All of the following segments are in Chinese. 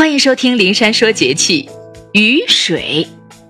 欢迎收听灵山说节气。雨水，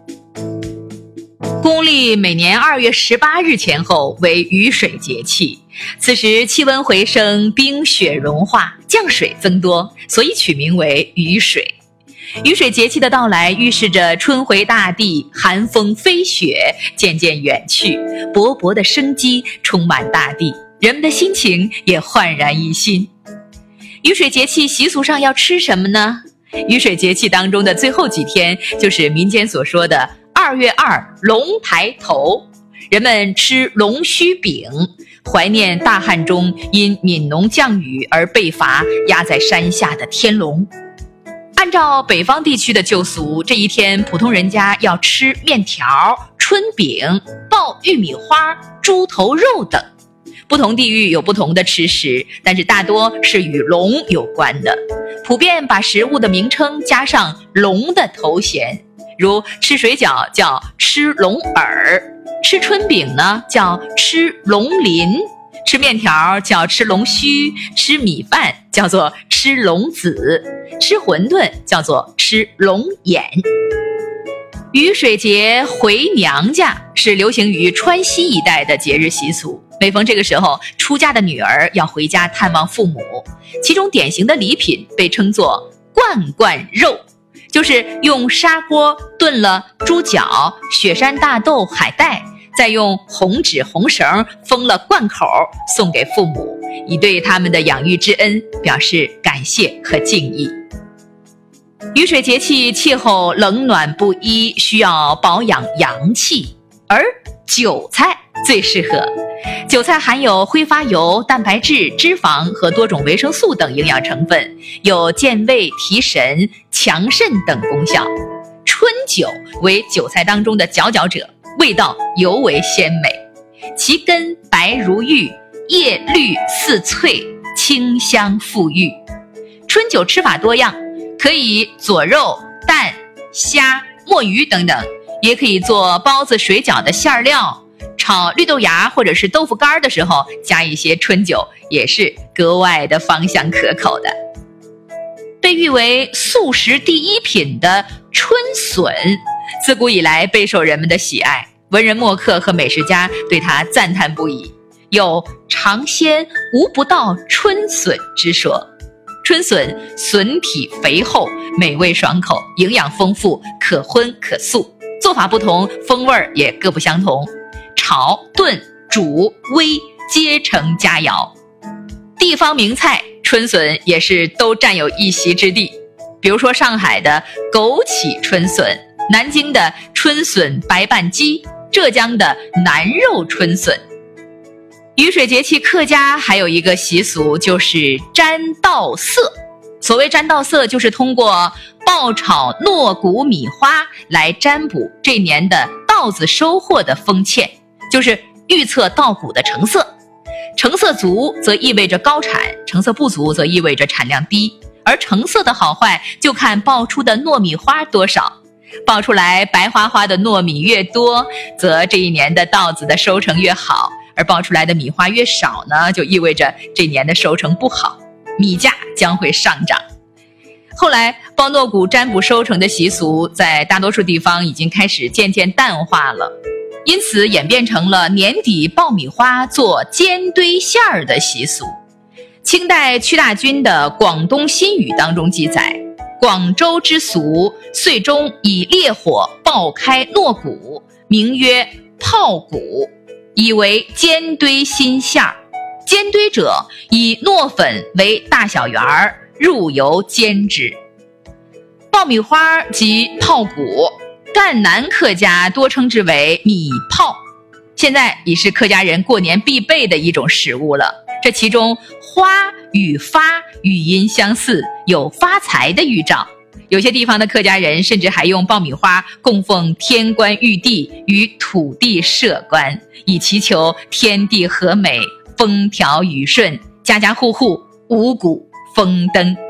公历每年2月18日前后为雨水节气，此时气温回升，冰雪融化，降水增多，所以取名为雨水。雨水节气的到来预示着春回大地，寒风飞雪渐渐远去，勃勃的生机充满大地，人们的心情也焕然一新。雨水节气习俗上要吃什么呢？雨水节气当中的最后几天，就是民间所说的2月2龙抬头，人们吃龙须饼，怀念大旱中因悯农降雨而被罚压在山下的天龙。按照北方地区的旧俗，这一天普通人家要吃面条、春饼、爆玉米花、猪头肉等。不同地域有不同的吃食，但是大多是与龙有关的，普遍把食物的名称加上龙的头衔，如吃水饺叫吃龙耳，吃春饼呢叫吃龙鳞，吃面条叫吃龙须，吃米饭叫做吃龙子，吃馄饨叫做吃龙眼。雨水节回娘家是流行于川西一带的节日习俗，每逢这个时候，出嫁的女儿要回家探望父母，其中典型的礼品被称作罐罐肉，就是用砂锅炖了猪脚、雪山大豆、海带，再用红纸红绳封了罐口送给父母，以对他们的养育之恩表示感谢和敬意。雨水节气气候冷暖不一，需要保养阳气，而韭菜最适合。韭菜含有挥发油、蛋白质、脂肪和多种维生素等营养成分，有健胃、提神、强肾等功效。春韭为韭菜当中的佼佼者，味道尤为鲜美，其根白如玉，叶绿似翠，清香馥郁。春韭吃法多样，可以佐肉、蛋、虾、墨鱼等等，也可以做包子、水饺的馅料，炒绿豆芽或者是豆腐干的时候加一些春韭，也是格外的芳香可口的。被誉为素食第一品的春笋，自古以来备受人们的喜爱，文人墨客和美食家对它赞叹不已，有尝鲜无不到春笋之说。春笋笋体肥厚，美味爽口，营养丰富，可荤可素，做法不同，风味也各不相同，炒、炖、煮、煨皆成佳肴。地方名菜春笋也是都占有一席之地，比如说上海的枸杞春笋，南京的春笋白拌鸡，浙江的南肉春笋。雨水节气客家还有一个习俗，就是沾稻色。所谓沾稻色，就是通过爆炒糯谷米花来占卜这年的稻子收获的丰歉，就是预测稻谷的成色。成色足则意味着高产，成色不足则意味着产量低，而成色的好坏就看爆出的糯米花多少。爆出来白花花的糯米越多，则这一年的稻子的收成越好，而爆出来的米花越少呢，就意味着这年的收成不好，米价将会上涨。后来爆糯谷占卜收成的习俗在大多数地方已经开始渐渐淡化了，因此演变成了年底爆米花做煎堆馅儿的习俗。清代屈大均的《广东新语》当中记载，广州之俗，岁中以烈火爆开糯谷，名曰泡谷，以为煎堆新馅儿。煎堆者，以糯粉为大小圆儿，入油煎之。爆米花即泡谷，赣南客家多称之为米泡，现在已是客家人过年必备的一种食物了。这其中花与发语音相似，有发财的预兆。有些地方的客家人甚至还用爆米花供奉天官玉帝与土地社官，以祈求天地和美，风调雨顺，家家户户五谷丰登。